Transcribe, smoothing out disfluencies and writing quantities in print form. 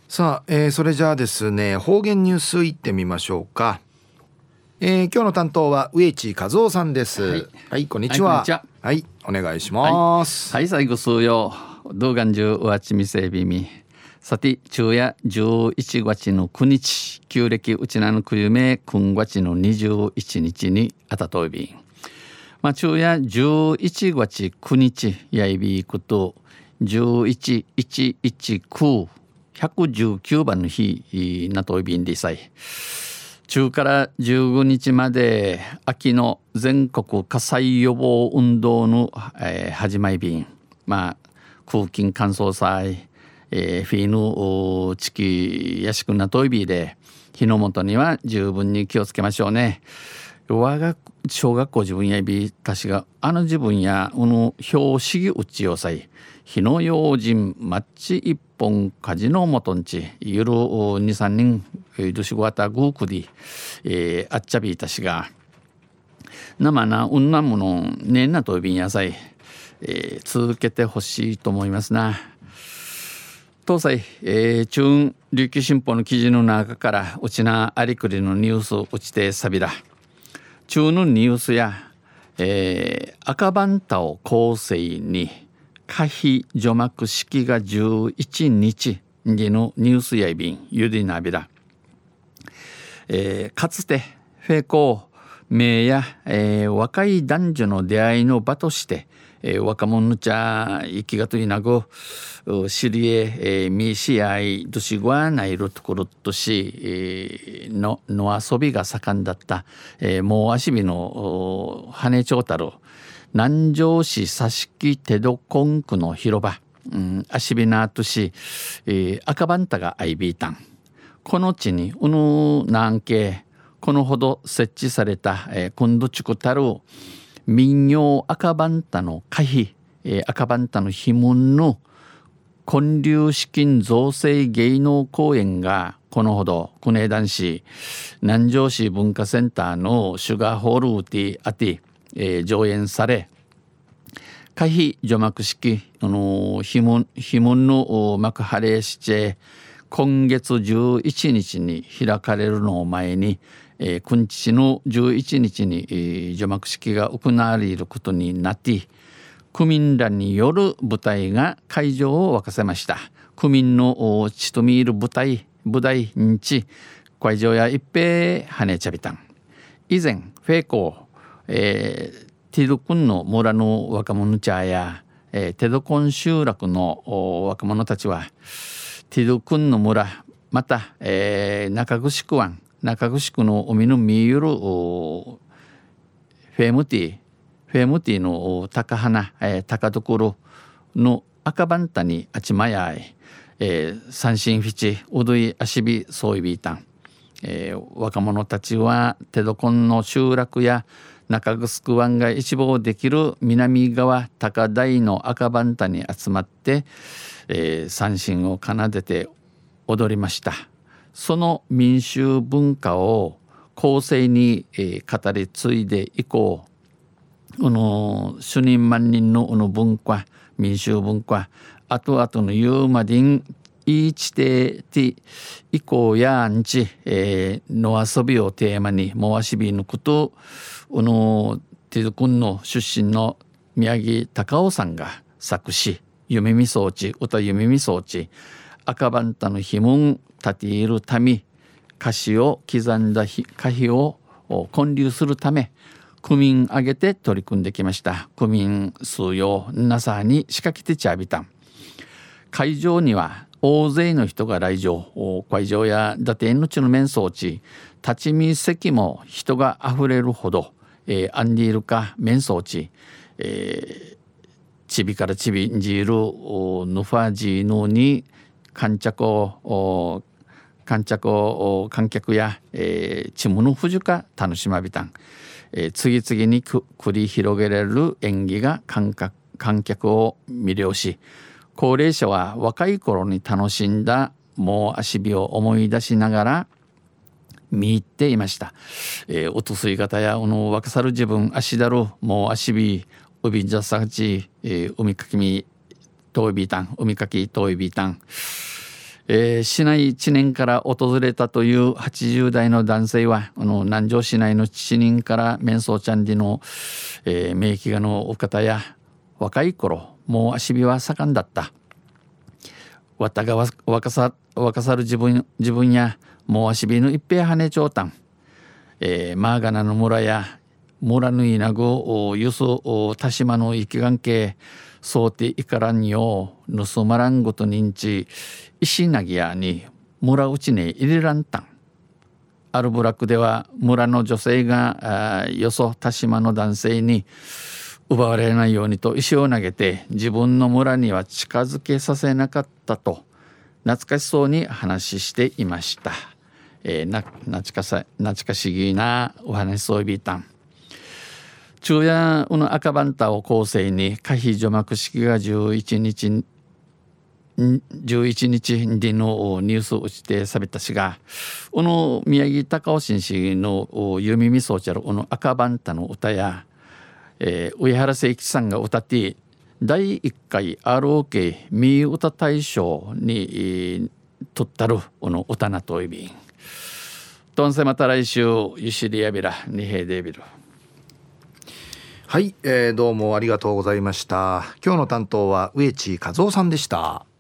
さあ、それじゃあですね、方言ニュースいってみましょうか。今日の担当は植地和夫さんです。 はい、 はい、こんにちは。 はい、こんにちは。 はい、お願いしはい、 ます。 はい、最後数曜動画中うわちみせびみさて昼夜11月の9日旧暦うちなのくゆめ今月の21日にあたといびまあ昼夜11月9日やいびいくと11119 119番の日なといびんでさい中から15日まで秋の全国火災予防運動の、始まり便、まあ、空気乾燥祭、フィーヌ地域やしくなといびで火の元には十分に気をつけましょうね。我が小学校自分やびたしが自分や標識打ちをさい火の用心マッチ一本火事のもとんちゆる2、3人どしごわたぐうくり、あっちゃびいたしが生なうんなものねんなとびんやさい、続けてほしいと思いますな。東西、中琉球新報の記事の中からうちなありくりのニュースうちてさびら中のニュースや、赤番田を構成に可否除幕式が11日のニュースやいびんゆりなびら、かつてフェコ名や、若い男女の出会いの場として、若者のちゃ生きがといなぐ知りえみしあいどしごわないるところとし、の遊びが盛んだった、もう足びの羽長太郎南城市佐敷手戸根区の広場、足びなとし、赤番田がアイビータンこの地に南京このほど設置された、今度ちくたる民謡赤番田の可否、赤番田の碑文の建立資金造成芸能公演がこのほど国枝男子南城市文化センターのシュガーホールウティアティ、上演され可否除幕式碑文の幕張れして今月11日に開かれるのを前に今日の11日に、除幕式が行われることになって区民らによる舞台が会場を沸かせました。区民のちとみいる舞台にち会場や一平はねちゃびたん以前フェイコティドクンの村の若者ちゃや、テドコン集落の若者たちはティドクンの村また、中城湾中城の海の見ゆるフェムティの高花、高所の赤番田にあちまやい、三振フィチうどい足びそういびいたん、若者たちはテドコンの集落や中城湾が一望できる南側高台の赤番田に集まって、三振を奏でて踊りました。その民衆文化を後世に、語り継いでいこう主任万人の文化民衆文化後々の言うまでんいいちてて以降やんち、の遊びをテーマにもわしびのことティド君の出身の宮城隆夫さんが作詞夢見装置歌夢見装置赤番田の碑文立ているため歌詞を刻んだ歌碑を建立するため区民挙げて取り組んできました。区民数用なさに仕掛けてちゃびたん会場には大勢の人が来場会場や打点のちの面装置立ち見席も人があふれるほど、アンディールか面装置、ちびからちびんじるヌファジーノに観客や、チムの不樹か楽しまびたん、次々に繰り広げられる演技が観客を魅了し高齢者は若い頃に楽しんだもう足火を思い出しながら見入っていました。おとすい方や若さる自分足だるもう足火うびんじゃさち海かき遠いビータン海かき遠いビータン、 市内知念から訪れたという80代の男性は南城市内の知念から面相ちゃんでの、名疫画のお方や若い頃もう足火は盛んだった。わたが若さる自分やもう足火の一平羽長短、マーガナの村や村ぬいなごゆす田島の生き関係そうていからんよ盗まらんごと認知石なぎやに村うちに入れらんたん。アルブラックでは村の女性がよそ田島の男性に奪われないようにと石を投げて自分の村には近づけさせなかったと懐かしそうに話していました。懐かしぎなお話そうびたん。昼夜の赤バンタを構成に可否除幕式が11日でのニュースを打ちてさびたしが宮城高尾新市のゆみみそうちゃる赤バンタの歌や、上原誠一さんが歌って第1回 ROK ミー歌大賞に取ったる歌なといびんとんせまた来週ゆしりやびらにへいでびる。 はい、どうもありがとうございました。今日の担当は植地和夫さんでした。